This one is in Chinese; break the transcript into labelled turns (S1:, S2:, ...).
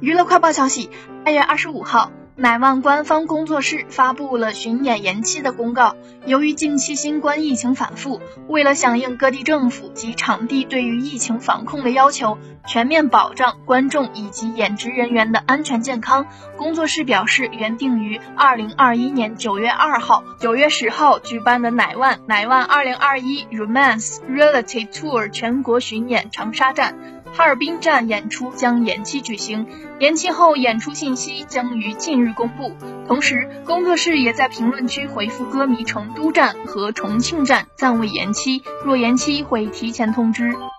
S1: 娱乐快报消息，8月25号，乃万官方工作室发布了巡演延期的公告。由于近期新冠疫情反复，为了响应各地政府及场地对于疫情防控的要求，全面保障观众以及演职人员的安全健康，工作室表示，原定于2021年9月2号、9月10号举办的乃万2021 Romance Reality Tour 全国巡演长沙站、哈尔滨站演出将延期举行，延期后演出信息将于近日公布。同时，工作室也在评论区回复歌迷成都站和重庆站暂未延期，若延期会提前通知。